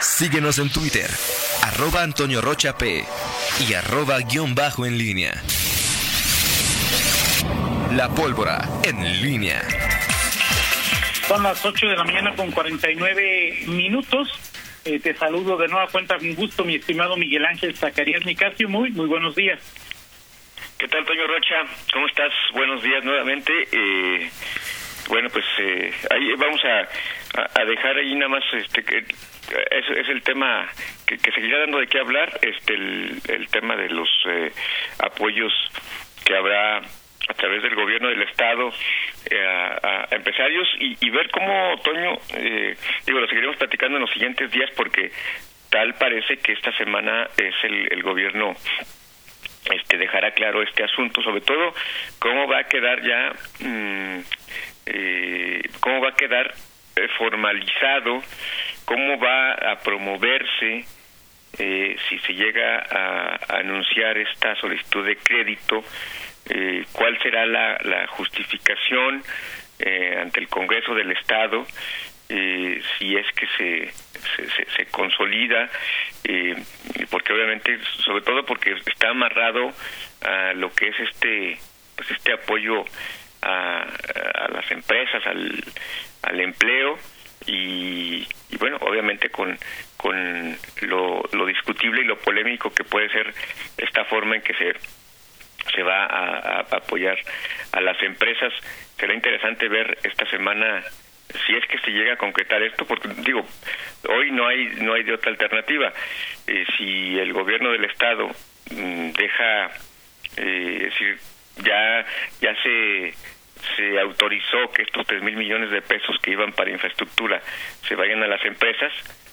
Síguenos en Twitter, @AntonioRochaP y @_en línea. La Pólvora en línea. Son las 8 de la mañana con 49 minutos. Te saludo de nueva cuenta con gusto, mi estimado Miguel Ángel Zacarías Nicasio. Muy buenos días. ¿Qué tal, Toño Rocha? ¿Cómo estás? Buenos días nuevamente. Bueno, pues ahí vamos a dejar ahí nada más que es el tema que seguirá dando de qué hablar, el tema de los apoyos que habrá a través del gobierno del estado a empresarios y ver cómo, Toño, lo seguiremos platicando en los siguientes días, porque tal parece que esta semana es el gobierno dejará claro este asunto, sobre todo cómo va a quedar ya cómo va a quedar formalizado, cómo va a promoverse si se llega a anunciar esta solicitud de crédito, cuál será la justificación ante el Congreso del Estado, si es que se consolida, porque obviamente, sobre todo porque está amarrado a lo que es este apoyo a las empresas, al empleo, y bueno, obviamente con lo discutible y lo polémico que puede ser esta forma en que se va a apoyar a las empresas. Será interesante ver esta semana si es que se llega a concretar esto, porque hoy no hay de otra alternativa. Si el gobierno del estado deja, decir, ya se autorizó que estos 3,000 millones de pesos que iban para infraestructura se vayan a las empresas,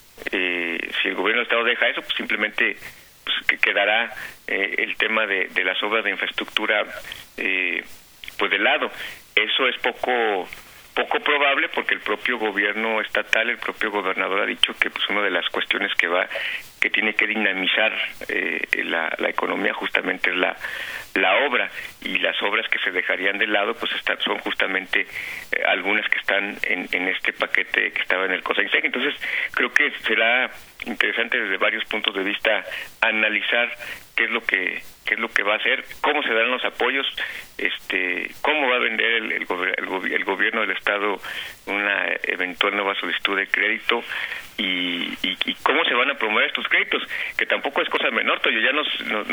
si el gobierno del estado deja eso, pues simplemente que quedará el tema de las obras de infraestructura pues de lado. Eso es poco probable, porque el propio gobierno estatal, el propio gobernador ha dicho que pues una de las cuestiones que tiene que dinamizar la economía justamente es la obra, y las obras que se dejarían de lado pues son justamente algunas que están en este paquete que estaba en el COSAINSEC. Entonces creo que será interesante desde varios puntos de vista analizar qué es lo que va a hacer, cómo se darán los apoyos, cómo va a vender el gobierno del estado una eventual nueva solicitud de crédito, y cómo se van a promover estos créditos, que tampoco es cosa menor. Yo ya no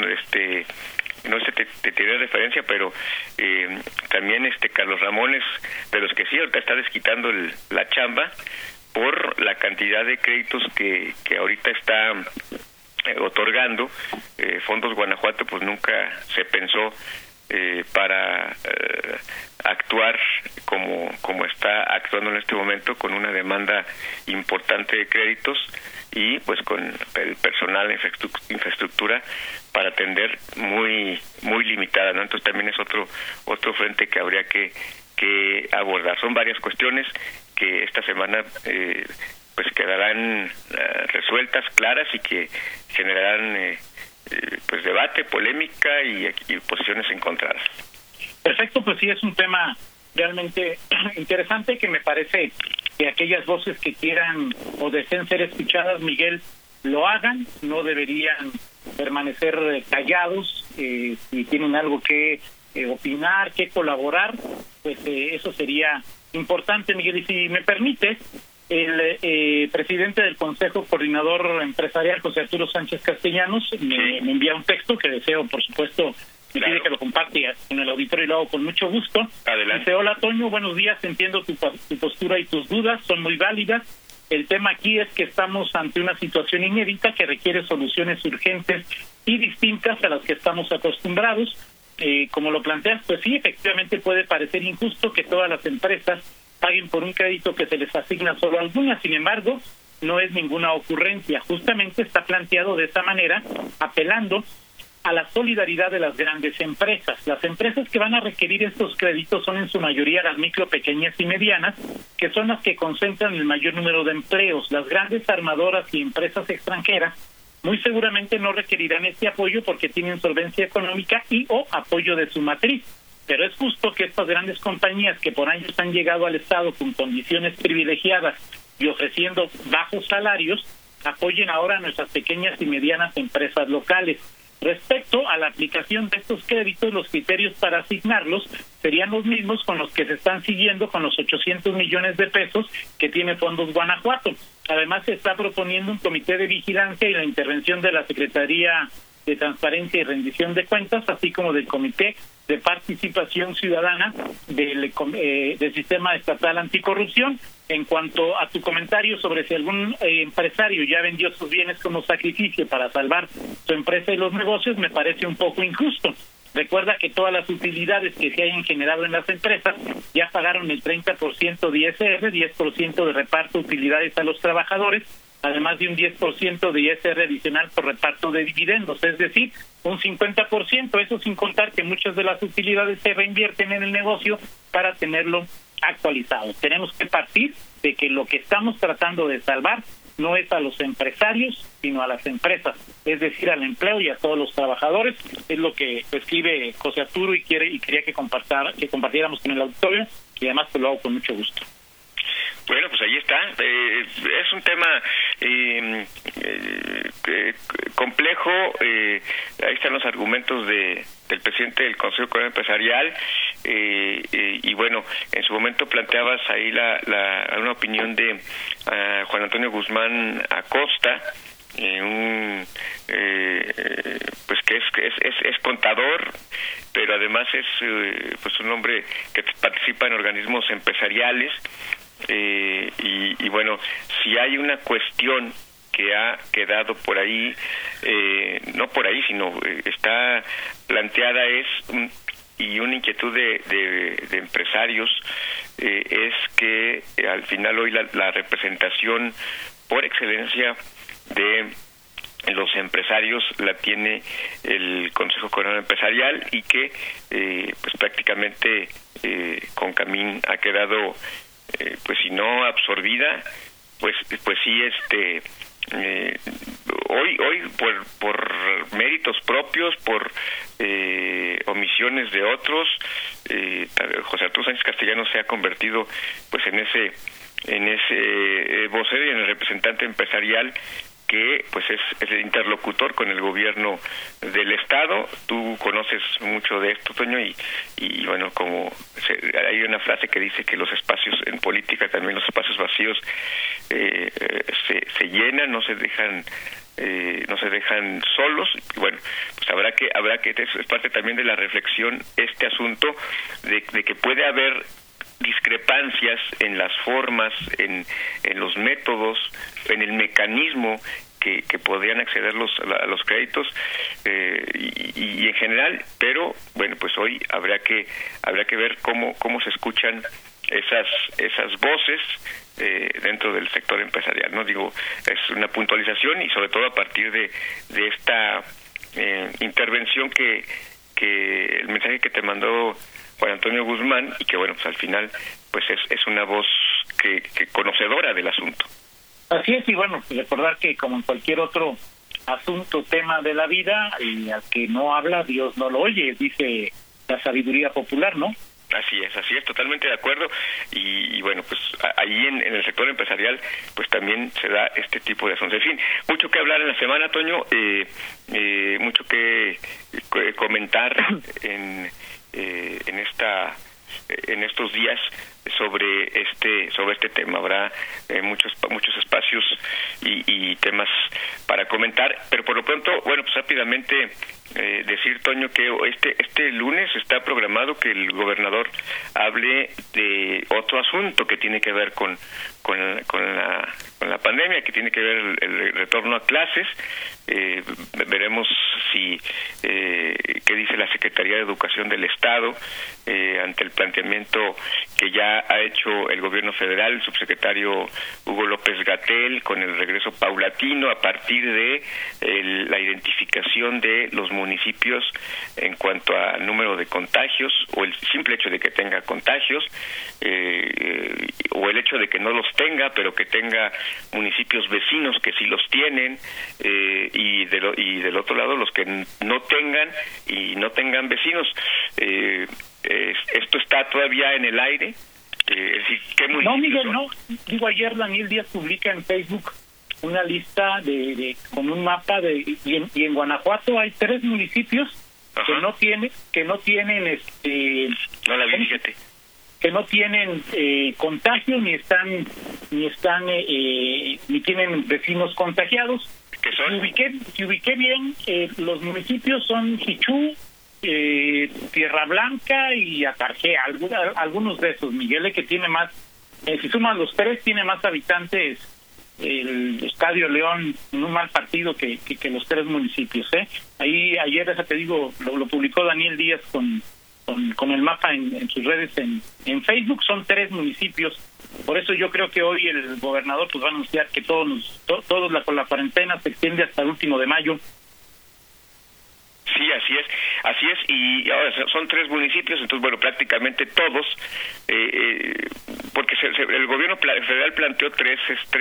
sé, te tiré referencia, pero también Carlos Ramón es de los que sí ahorita está desquitando la chamba por la cantidad de créditos que ahorita está otorgando. Fondos Guanajuato pues nunca se pensó para actuar como está actuando en este momento, con una demanda importante de créditos y pues con el personal de infraestructura para atender muy limitada, ¿no? Entonces también es otro frente que habría que abordar. Son varias cuestiones que esta semana pues quedarán resueltas, claras, y que generarán pues debate, polémica y posiciones encontradas. Perfecto, pues sí, es un tema realmente interesante, que me parece que aquellas voces que quieran o deseen ser escuchadas, Miguel, lo hagan. No deberían permanecer callados. Si tienen algo que opinar, que colaborar, pues eso sería importante, Miguel. Y si me permites, el presidente del Consejo Coordinador Empresarial, José Arturo Sánchez Castellanos, me envía un texto que deseo, por supuesto, me pide que lo comparte en el auditorio y lo hago con mucho gusto. Adelante. Dice: hola, Toño, buenos días, entiendo tu postura y tus dudas, son muy válidas. El tema aquí es que estamos ante una situación inédita que requiere soluciones urgentes y distintas a las que estamos acostumbrados. Como lo planteas, pues sí, efectivamente puede parecer injusto que todas las empresas paguen por un crédito que se les asigna solo a algunas. Sin embargo, no es ninguna ocurrencia. Justamente está planteado de esta manera, apelando a la solidaridad de las grandes empresas. Las empresas que van a requerir estos créditos son en su mayoría las micro, pequeñas y medianas, que son las que concentran el mayor número de empleos. Las grandes armadoras y empresas extranjeras muy seguramente no requerirán este apoyo porque tienen solvencia económica y o apoyo de su matriz. Pero es justo que estas grandes compañías que por años han llegado al Estado con condiciones privilegiadas y ofreciendo bajos salarios, apoyen ahora a nuestras pequeñas y medianas empresas locales. Respecto a la aplicación de estos créditos, los criterios para asignarlos serían los mismos con los que se están siguiendo con los 800 millones de pesos que tiene Fondos Guanajuato. Además, se está proponiendo un comité de vigilancia y la intervención de la Secretaría de Transparencia y Rendición de Cuentas, así como del Comité de Participación Ciudadana del Sistema Estatal Anticorrupción. En cuanto a tu comentario sobre si algún empresario ya vendió sus bienes como sacrificio para salvar su empresa y los negocios, me parece un poco injusto. Recuerda que todas las utilidades que se hayan generado en las empresas ya pagaron el 30% de ISR, 10% de reparto de utilidades a los trabajadores, además de un 10% de ISR adicional por reparto de dividendos, es decir, un 50%, eso sin contar que muchas de las utilidades se reinvierten en el negocio para tenerlo actualizado. Tenemos que partir de que lo que estamos tratando de salvar no es a los empresarios, sino a las empresas, es decir, al empleo y a todos los trabajadores. Es lo que escribe José Arturo y quería que compartiéramos con el auditorio, y además lo hago con mucho gusto. Bueno, pues ahí está. Es un tema complejo. Ahí están los argumentos del presidente del Consejo Económico Empresarial. Y bueno, en su momento planteabas ahí una opinión de Juan Antonio Guzmán Acosta, pues que es contador, pero además es pues un hombre que participa en organismos empresariales. Y bueno, si hay una cuestión que ha quedado por ahí, no por ahí, sino está planteada y una inquietud de empresarios, es que al final hoy la representación por excelencia de los empresarios la tiene el Consejo Económico Empresarial, y que pues prácticamente Concamín ha quedado pues si no absorbida, pues sí hoy por méritos propios, por omisiones de otros, José Arturo Sánchez Castellanos se ha convertido pues en ese vocero y en el representante empresarial que pues es el interlocutor con el gobierno del estado. Tú conoces mucho de esto, Toño, y bueno, como hay una frase que dice que los espacios en política, también los espacios vacíos se llenan, no se dejan solos. Y bueno, pues habrá que es parte también de la reflexión este asunto de que puede haber discrepancias en las formas, en los métodos, en el mecanismo que podrían acceder a los créditos, y en general, pero bueno, pues hoy habrá que ver cómo se escuchan esas voces dentro del sector empresarial, ¿no? Digo, es una puntualización, y sobre todo a partir de esta intervención que el mensaje que te mandó Juan Antonio Guzmán, y que bueno, pues al final pues es una voz que conocedora del asunto. Así es, y bueno, recordar que como en cualquier otro asunto, tema de la vida, y al que no habla, Dios no lo oye, dice la sabiduría popular, ¿no? Así es, totalmente de acuerdo. Y bueno, pues ahí en el sector empresarial pues también se da este tipo de asuntos. En fin, mucho que hablar en la semana, Toño, mucho que comentar en estos días sobre este tema. Habrá muchos espacios y temas para comentar, pero por lo pronto, bueno, pues rápidamente decir, Toño, que este lunes está programado que el gobernador hable de otro asunto que tiene que ver con la pandemia, que tiene que ver el retorno a clases. Veremos qué dice la Secretaría de Educación del Estado ante el planteamiento que ya ha hecho el gobierno federal, el subsecretario Hugo López-Gatell, con el regreso paulatino a partir de la identificación de los municipios en cuanto a número de contagios, o el simple hecho de que tenga contagios, o el hecho de que no los tenga, pero que tenga municipios vecinos que sí los tienen, y del otro lado los que no tengan y no tengan vecinos. Esto está todavía en el aire. Es decir, ¿qué municipios no, Miguel, son? no. Digo, ayer Daniel Díaz publica en Facebook una lista con un mapa y en Guanajuato hay 3 municipios que no tienen no la vi, fíjate, que no tienen contagio ni tienen vecinos contagiados. ¿Qué son? Si ubiqué bien, los municipios son Jichú, Tierra Blanca y Atarjea, algunos de esos, Miguel, que tiene más, si suman los 3, tiene más habitantes el Estadio León en un mal partido que los 3 municipios. Ahí ayer, te digo, lo publicó Daniel Díaz con el mapa en sus redes en Facebook. Son 3 municipios. Por eso yo creo que hoy el gobernador pues va a anunciar que todos la cuarentena se extiende hasta el último de mayo. Sí, así es, y ahora son 3 municipios, entonces, bueno, prácticamente todos, porque el gobierno federal planteó tres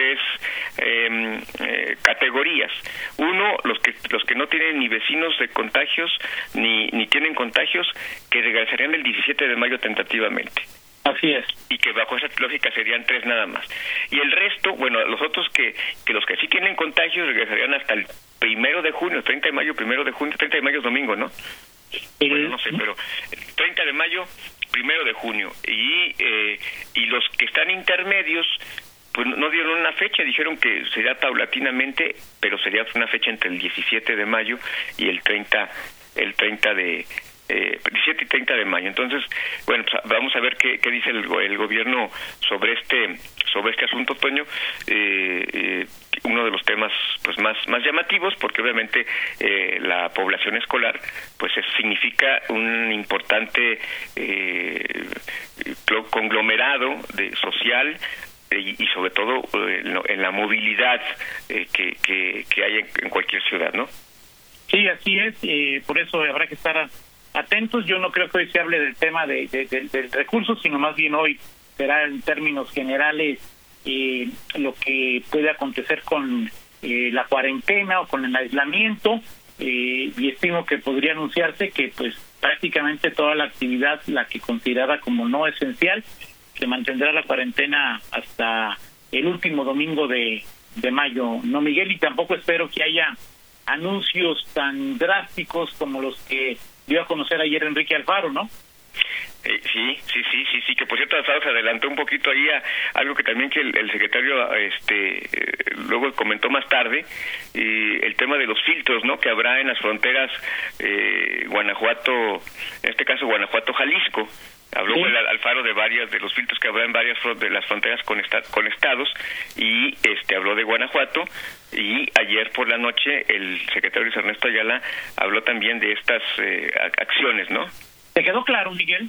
categorías. Uno, los que no tienen ni vecinos de contagios, ni tienen contagios, que regresarían el 17 de mayo tentativamente. Así es. Y que bajo esa lógica serían 3 nada más. Y el resto, bueno, los otros que los que sí tienen contagios regresarían hasta el 1 de junio, 30 de mayo, 1 de junio, 30 de mayo es domingo, ¿no? Bueno, no sé, pero 30 de mayo, 1 de junio. Y los que están intermedios, pues no dieron una fecha, dijeron que sería paulatinamente, pero sería una fecha entre el 17 de mayo y el 30 de 17 y 30 de mayo. Entonces, bueno, pues vamos a ver qué dice el gobierno sobre este asunto, Toño. Uno de los temas pues más llamativos, porque obviamente la población escolar pues significa un importante conglomerado social y sobre todo en la movilidad que hay en cualquier ciudad, ¿no? Sí, así es. Por eso habrá que estar atentos. Yo no creo que hoy se hable del tema del recurso, sino más bien hoy será en términos generales lo que puede acontecer con la cuarentena o con el aislamiento, y estimo que podría anunciarse que pues prácticamente toda la actividad, la que considerada como no esencial, se mantendrá la cuarentena hasta el último domingo de mayo, ¿no, Miguel? Y tampoco espero que haya anuncios tan drásticos como los que dio a conocer ayer Enrique Alfaro, ¿no? Sí, que por cierto Alfaro se adelantó un poquito ahí a algo que también que el secretario luego comentó más tarde, el tema de los filtros, ¿no?, que habrá en las fronteras Guanajuato, en este caso Guanajuato-Jalisco. Habló Alfaro de los filtros que habrá en varias de las fronteras con estados, y habló de Guanajuato, y ayer por la noche el secretario Luis Ernesto Ayala habló también de estas acciones, ¿no? ¿Te quedó claro, Miguel?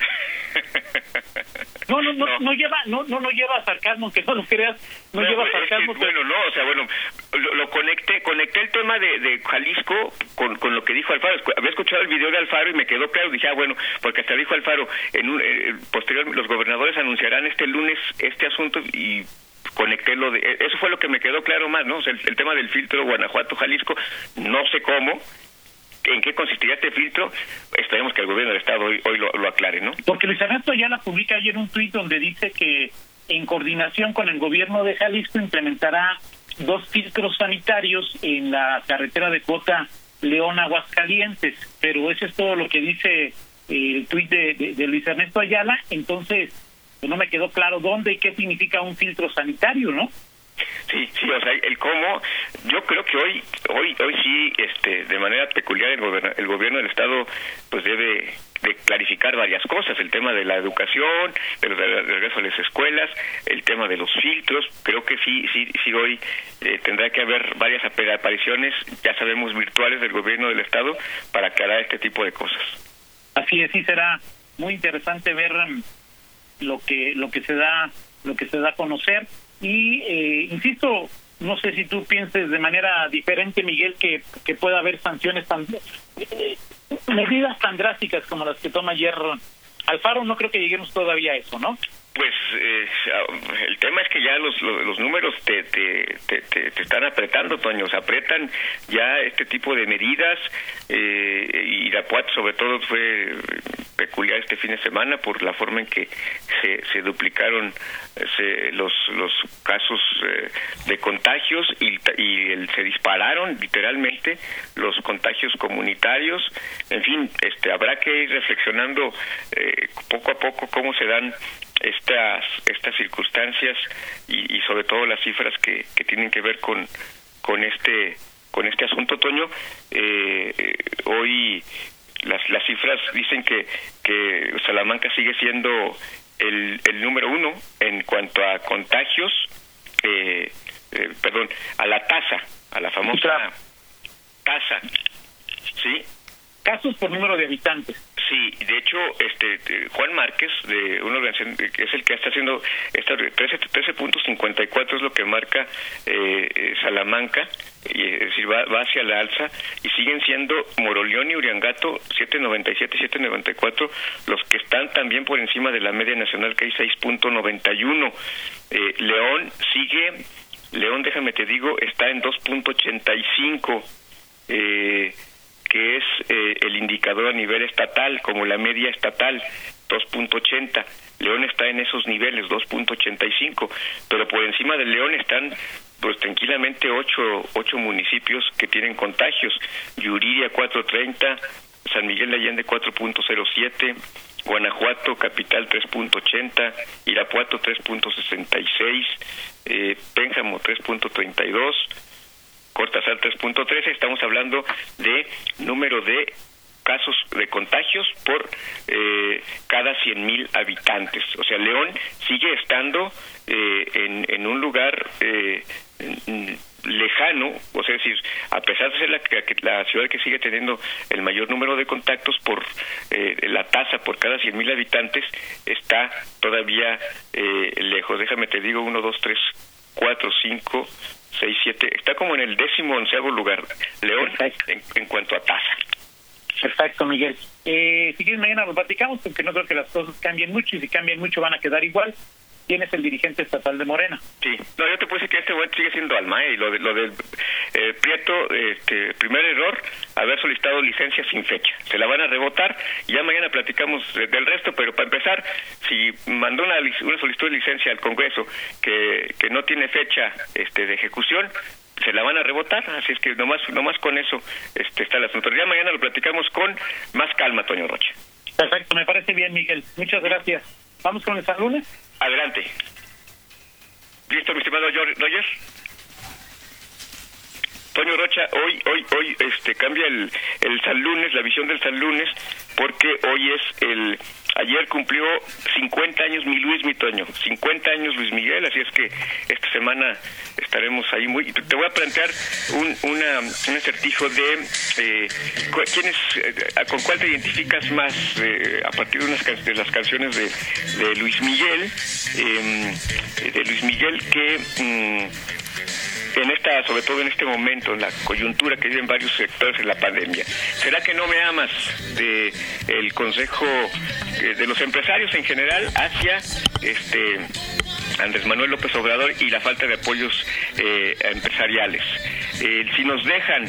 No lleva sarcasmo, que no lo creas, lleva sarcasmo. Lo conecté el tema de Jalisco con lo que dijo Alfaro. Había escuchado el video de Alfaro y me quedó claro, dije, porque hasta dijo Alfaro, posterior los gobernadores anunciarán este lunes este asunto, y conecté eso fue lo que me quedó claro más, ¿no? O sea, el tema del filtro Guanajuato-Jalisco, no sé cómo, en qué consistiría este filtro. Esperemos que el gobierno del estado hoy lo aclare, ¿no? Porque Luis Ernesto Ayala publica ayer un tuit donde dice que en coordinación con el gobierno de Jalisco implementará 2 filtros sanitarios en la carretera de Cuota León-Aguascalientes, pero eso es todo lo que dice el tuit de Luis Ernesto Ayala. Entonces pues no me quedó claro dónde y qué significa un filtro sanitario, ¿no? Sí, o sea, el cómo, yo creo que hoy sí, de manera peculiar el gobierno del estado pues debe de clarificar varias cosas, el tema de la educación, del regreso a las escuelas, el tema de los filtros. Creo que sí hoy tendrá que haber varias apariciones, ya sabemos, virtuales del gobierno del estado para aclarar este tipo de cosas. Así es, sí será muy interesante ver lo que se da a conocer. Y insisto, no sé si tú pienses de manera diferente, Miguel, que pueda haber sanciones medidas tan drásticas como las que toma ayer Alfaro. No creo que lleguemos todavía a eso, ¿no? Pues el tema es que ya los números te están apretando, Toño, se apretan ya este tipo de medidas. Irapuato sobre todo fue peculiar este fin de semana por la forma en que se duplicaron los casos de contagios y se dispararon literalmente los contagios comunitarios. En fin, habrá que ir reflexionando poco a poco cómo se dan estas circunstancias y sobre todo las cifras que tienen que ver con este asunto, Toño. Hoy las cifras dicen que Salamanca sigue siendo el número uno en cuanto a contagios, a la tasa, a la famosa tasa, ¿sí? Casos por número de habitantes. Sí, de hecho, Juan Márquez, de una organización que es el que está haciendo 13.54 es lo que marca Salamanca, es decir, va hacia la alza, y siguen siendo Moroleón y Uriangato 7.97, 7.94 los que están también por encima de la media nacional, que hay 6.91. León, déjame te digo, está en 2.85, que es el indicador a nivel estatal, como la media estatal, 2.80. León está en esos niveles, 2.85, pero por encima de León están pues tranquilamente ocho municipios que tienen contagios: Yuriria 4.30, San Miguel de Allende 4.07, Guanajuato capital 3.80, Irapuato 3.66, Pénjamo 3.32, Cortázar 3.13. Estamos hablando de número de casos de contagios por cada 100,000 habitantes. O sea, León sigue estando en un lugar lejano, o sea, es decir, a pesar de ser la ciudad que sigue teniendo el mayor número de contactos por la tasa por cada 100,000 habitantes, está todavía lejos. Déjame te digo, 1, 2, 3, 4, 5, 6, 7, está como en el 11º lugar, León, en cuanto a tasa. Perfecto, Miguel. Si quieres, mañana lo platicamos, porque no creo que las cosas cambien mucho, y si cambian mucho van a quedar igual. ¿Quién es el dirigente estatal de Morena? Sí, no, yo te puedo decir que este momento sigue siendo Alma, y lo del Prieto, primer error, haber solicitado licencia sin fecha. Se la van a rebotar, y ya mañana platicamos del resto, pero para empezar, si mandó una solicitud de licencia al Congreso que no tiene fecha de ejecución, se la van a rebotar, así es que nomás con eso está el asunto. Ya mañana lo platicamos con más calma, Toño Rocha. Perfecto, me parece bien, Miguel. Muchas gracias. ¿Vamos con el San Lunes? Adelante. ¿Listo, mi estimado Roger? Toño Rocha, hoy cambia el San Lunes, la visión del San Lunes, porque hoy es ayer cumplió 50 años mi Toño, 50 años Luis Miguel, así es que esta semana estaremos ahí te voy a plantear un acertijo de con cuál te identificas más a partir de las canciones de Luis Miguel, que sobre todo en este momento, en la coyuntura que viven varios sectores en la pandemia. ¿Será que no me amas? De el consejo de los empresarios en general hacia Andrés Manuel López Obrador y la falta de apoyos empresariales. Si nos dejan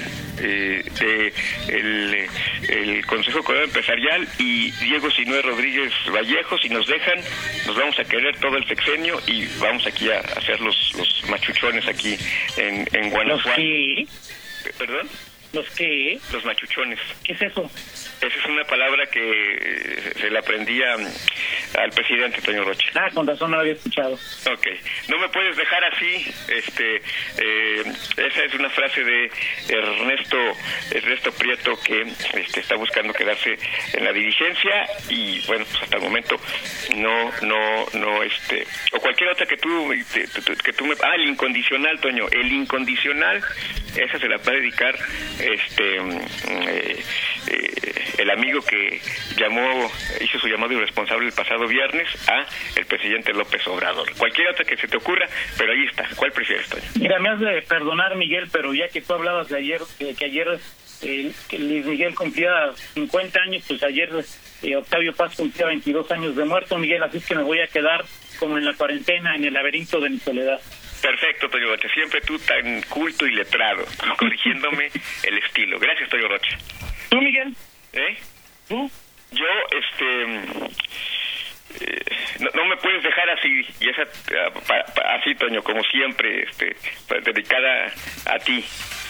el Consejo Coordinador Empresarial y Diego Sinue Rodríguez Vallejo, si nos dejan, nos vamos a querer todo el sexenio y vamos aquí a hacer los machuchones aquí en Guanajuato. ¿Los qué? ¿Perdón? ¿Los qué? Los machuchones. ¿Qué es eso? Esa es una palabra que se la aprendía al presidente Toño Rocha. Con razón no la había escuchado. Ok, no me puedes dejar así. Esa es una frase de Ernesto Prieto, que está buscando quedarse en la dirigencia, y bueno, pues hasta el momento no o cualquier otra que tú me... el incondicional, Toño, el incondicional, esa se la va a dedicar el amigo que hizo su llamado irresponsable el pasado viernes a el presidente López Obrador. Cualquier otra que se te ocurra, pero ahí está. ¿Cuál prefieres, Toño? Mira, me has de perdonar, Miguel, pero ya que tú hablabas de ayer, que ayer que Luis Miguel cumplía 50 años, pues ayer Octavio Paz cumplía 22 años de muerto, Miguel, así es que me voy a quedar como en la cuarentena, en el laberinto de mi soledad. Perfecto, Toño Rocha. Siempre tú tan culto y letrado, corrigiéndome el estilo. Gracias, Toño Rocha. ¿Tú, Miguel? ¿Tú? Yo, no me puedes dejar así, y esa así, Toño, como siempre, dedicada a ti.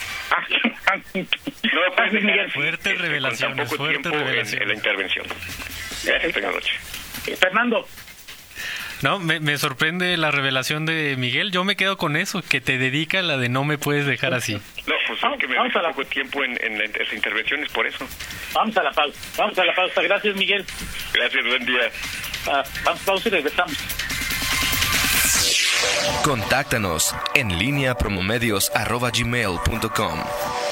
No me puedes dejar así, fuertes revelaciones, con tan poco tiempo en la intervención. Gracias, Toño Rocha. Fernando. No, me sorprende la revelación de Miguel. Yo me quedo con eso, que te dedica la de no me puedes dejar así. No, pues es que me deja poco tiempo en las intervenciones, por eso. Vamos a la pausa. Gracias, Miguel. Gracias, buen día. Vamos a pausa y regresamos. Contáctanos en línea promomedios@gmail.com.